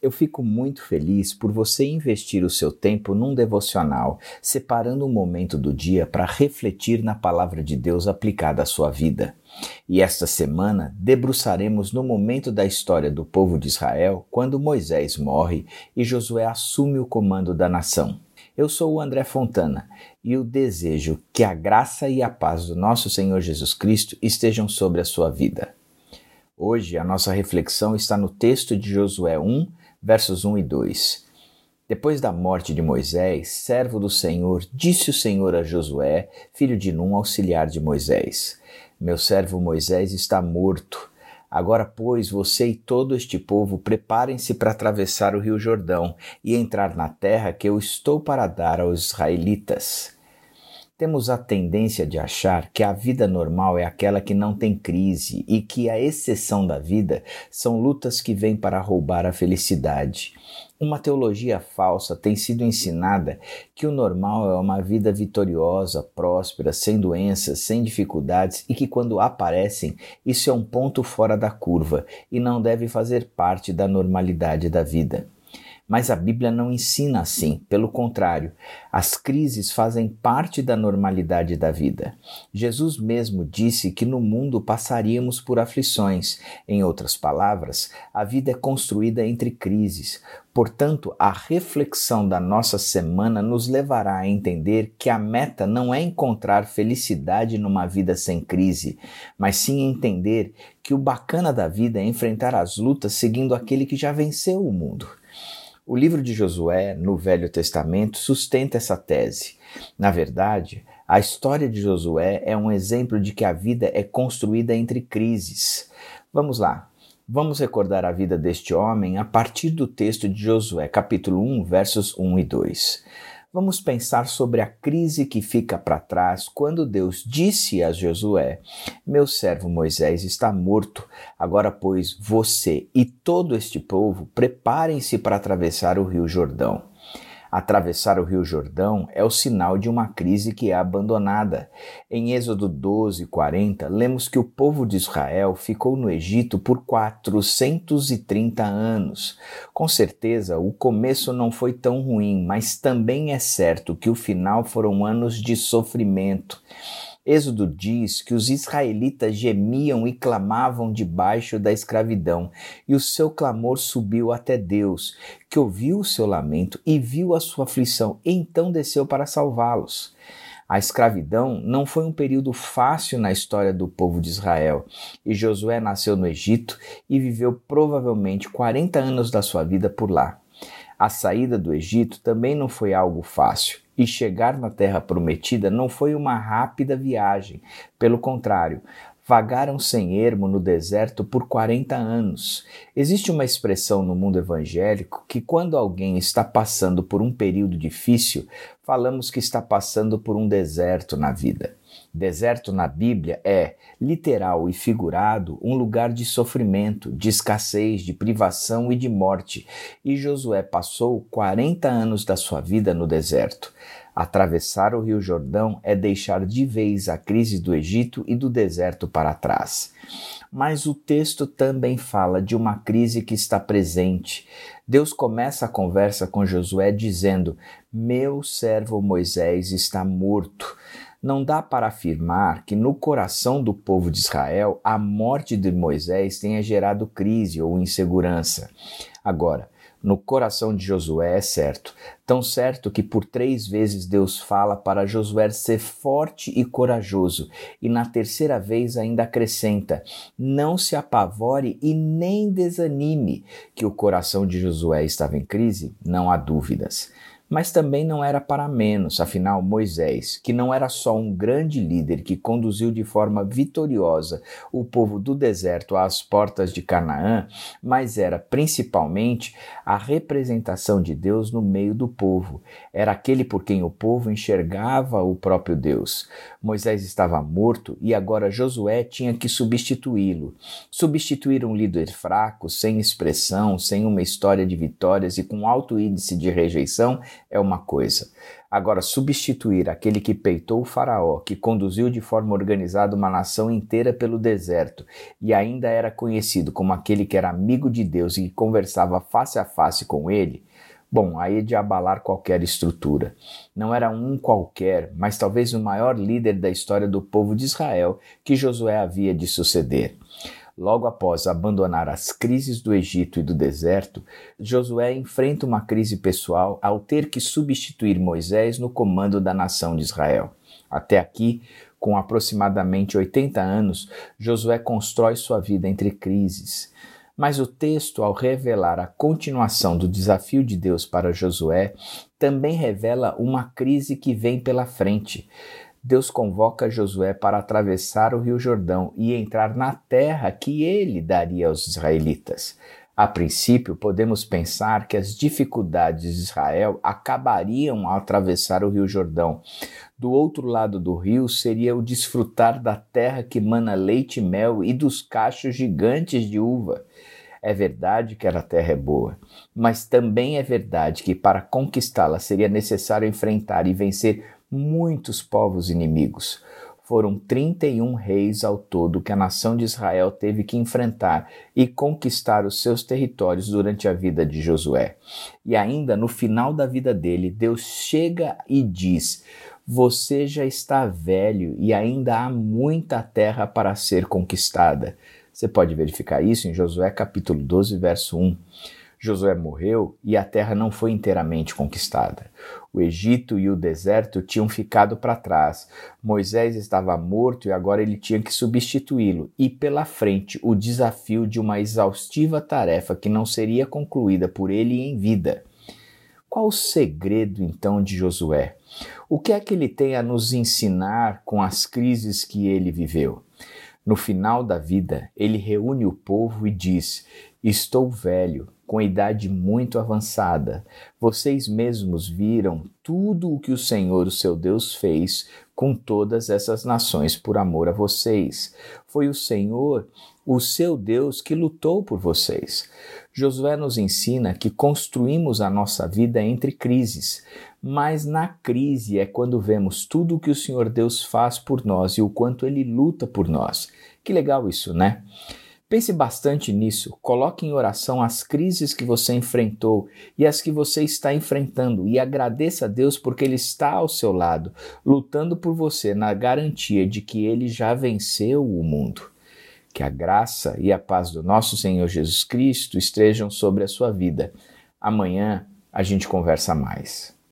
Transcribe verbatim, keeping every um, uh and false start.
Eu fico muito feliz por você investir o seu tempo num devocional, separando um momento do dia para refletir na palavra de Deus aplicada à sua vida. E esta semana debruçaremos no momento da história do povo de Israel, quando Moisés morre e Josué assume o comando da nação. Eu sou o André Fontana e eu desejo que a graça e a paz do nosso Senhor Jesus Cristo estejam sobre a sua vida. Hoje a nossa reflexão está no texto de Josué um, versos um e dois. Depois da morte de Moisés, servo do Senhor, disse o Senhor a Josué, filho de Num, auxiliar de Moisés: Meu servo Moisés está morto. Agora, pois, você e todo este povo preparem-se para atravessar o rio Jordão e entrar na terra que eu estou para dar aos israelitas. Temos a tendência de achar que a vida normal é aquela que não tem crise e que a exceção da vida são lutas que vêm para roubar a felicidade. Uma teologia falsa tem sido ensinada que o normal é uma vida vitoriosa, próspera, sem doenças, sem dificuldades e que quando aparecem, isso é um ponto fora da curva e não deve fazer parte da normalidade da vida. Mas a Bíblia não ensina assim, pelo contrário, as crises fazem parte da normalidade da vida. Jesus mesmo disse que no mundo passaríamos por aflições. Em outras palavras, a vida é construída entre crises. Portanto, a reflexão da nossa semana nos levará a entender que a meta não é encontrar felicidade numa vida sem crise, mas sim entender que o bacana da vida é enfrentar as lutas seguindo aquele que já venceu o mundo. O livro de Josué, no Velho Testamento, sustenta essa tese. Na verdade, a história de Josué é um exemplo de que a vida é construída entre crises. Vamos lá, vamos recordar a vida deste homem a partir do texto de Josué, capítulo um, versos um e dois. Vamos pensar sobre a crise que fica para trás quando Deus disse a Josué: Meu servo Moisés está morto. Agora, pois, você e todo este povo preparem-se para atravessar o rio Jordão. Atravessar o rio Jordão é o sinal de uma crise que é abandonada. Em Êxodo doze, quarenta, lemos que o povo de Israel ficou no Egito por quatrocentos e trinta anos. Com certeza, o começo não foi tão ruim, mas também é certo que o final foram anos de sofrimento. Êxodo diz que os israelitas gemiam e clamavam debaixo da escravidão, e o seu clamor subiu até Deus, que ouviu o seu lamento e viu a sua aflição, e então desceu para salvá-los. A escravidão não foi um período fácil na história do povo de Israel, e Josué nasceu no Egito e viveu provavelmente quarenta anos da sua vida por lá. A saída do Egito também não foi algo fácil, e chegar na Terra Prometida não foi uma rápida viagem. Pelo contrário, vagaram sem ermo no deserto por quarenta anos. Existe uma expressão no mundo evangélico que quando alguém está passando por um período difícil, falamos que está passando por um deserto na vida. Deserto na Bíblia é, literal e figurado, um lugar de sofrimento, de escassez, de privação e de morte. E Josué passou quarenta anos da sua vida no deserto. Atravessar o rio Jordão é deixar de vez a crise do Egito e do deserto para trás. Mas o texto também fala de uma crise que está presente. Deus começa a conversa com Josué dizendo: Meu servo Moisés está morto. Não dá para afirmar que no coração do povo de Israel a morte de Moisés tenha gerado crise ou insegurança. Agora, no coração de Josué é certo, tão certo que por três vezes Deus fala para Josué ser forte e corajoso, e na terceira vez ainda acrescenta: não se apavore e nem desanime. Que o coração de Josué estava em crise, não há dúvidas. Mas também não era para menos, afinal Moisés, que não era só um grande líder que conduziu de forma vitoriosa o povo do deserto às portas de Canaã, mas era principalmente a representação de Deus no meio do povo. Era aquele por quem o povo enxergava o próprio Deus. Moisés estava morto e agora Josué tinha que substituí-lo. Substituir um líder fraco, sem expressão, sem uma história de vitórias e com alto índice de rejeição é uma coisa. Agora, substituir aquele que peitou o faraó, que conduziu de forma organizada uma nação inteira pelo deserto e ainda era conhecido como aquele que era amigo de Deus e que conversava face a face com ele, bom, aí é de abalar qualquer estrutura. Não era um qualquer, mas talvez o maior líder da história do povo de Israel que Josué havia de suceder. Logo após abandonar as crises do Egito e do deserto, Josué enfrenta uma crise pessoal ao ter que substituir Moisés no comando da nação de Israel. Até aqui, com aproximadamente oitenta anos, Josué constrói sua vida entre crises. Mas o texto, ao revelar a continuação do desafio de Deus para Josué, também revela uma crise que vem pela frente. Deus convoca Josué para atravessar o Rio Jordão e entrar na terra que ele daria aos israelitas. A princípio, podemos pensar que as dificuldades de Israel acabariam ao atravessar o Rio Jordão. Do outro lado do rio seria o desfrutar da terra que mana leite e mel e dos cachos gigantes de uva. É verdade que a terra é boa, mas também é verdade que para conquistá-la seria necessário enfrentar e vencer muitos povos inimigos. Foram trinta e um reis ao todo que a nação de Israel teve que enfrentar e conquistar os seus territórios durante a vida de Josué. E ainda no final da vida dele, Deus chega e diz: você já está velho e ainda há muita terra para ser conquistada. Você pode verificar isso em Josué capítulo doze, verso um. Josué morreu e a terra não foi inteiramente conquistada. O Egito e o deserto tinham ficado para trás. Moisés estava morto e agora ele tinha que substituí-lo. E pela frente, o desafio de uma exaustiva tarefa que não seria concluída por ele em vida. Qual o segredo, então, de Josué? O que é que ele tem a nos ensinar com as crises que ele viveu? No final da vida, ele reúne o povo e diz: estou velho, com idade muito avançada. Vocês mesmos viram tudo o que o Senhor, o seu Deus, fez com todas essas nações por amor a vocês. Foi o Senhor, o seu Deus, que lutou por vocês. Josué nos ensina que construímos a nossa vida entre crises, mas na crise é quando vemos tudo o que o Senhor Deus faz por nós e o quanto Ele luta por nós. Que legal isso, né? Pense bastante nisso, coloque em oração as crises que você enfrentou e as que você está enfrentando e agradeça a Deus porque Ele está ao seu lado, lutando por você na garantia de que Ele já venceu o mundo. Que a graça e a paz do nosso Senhor Jesus Cristo estejam sobre a sua vida. Amanhã a gente conversa mais.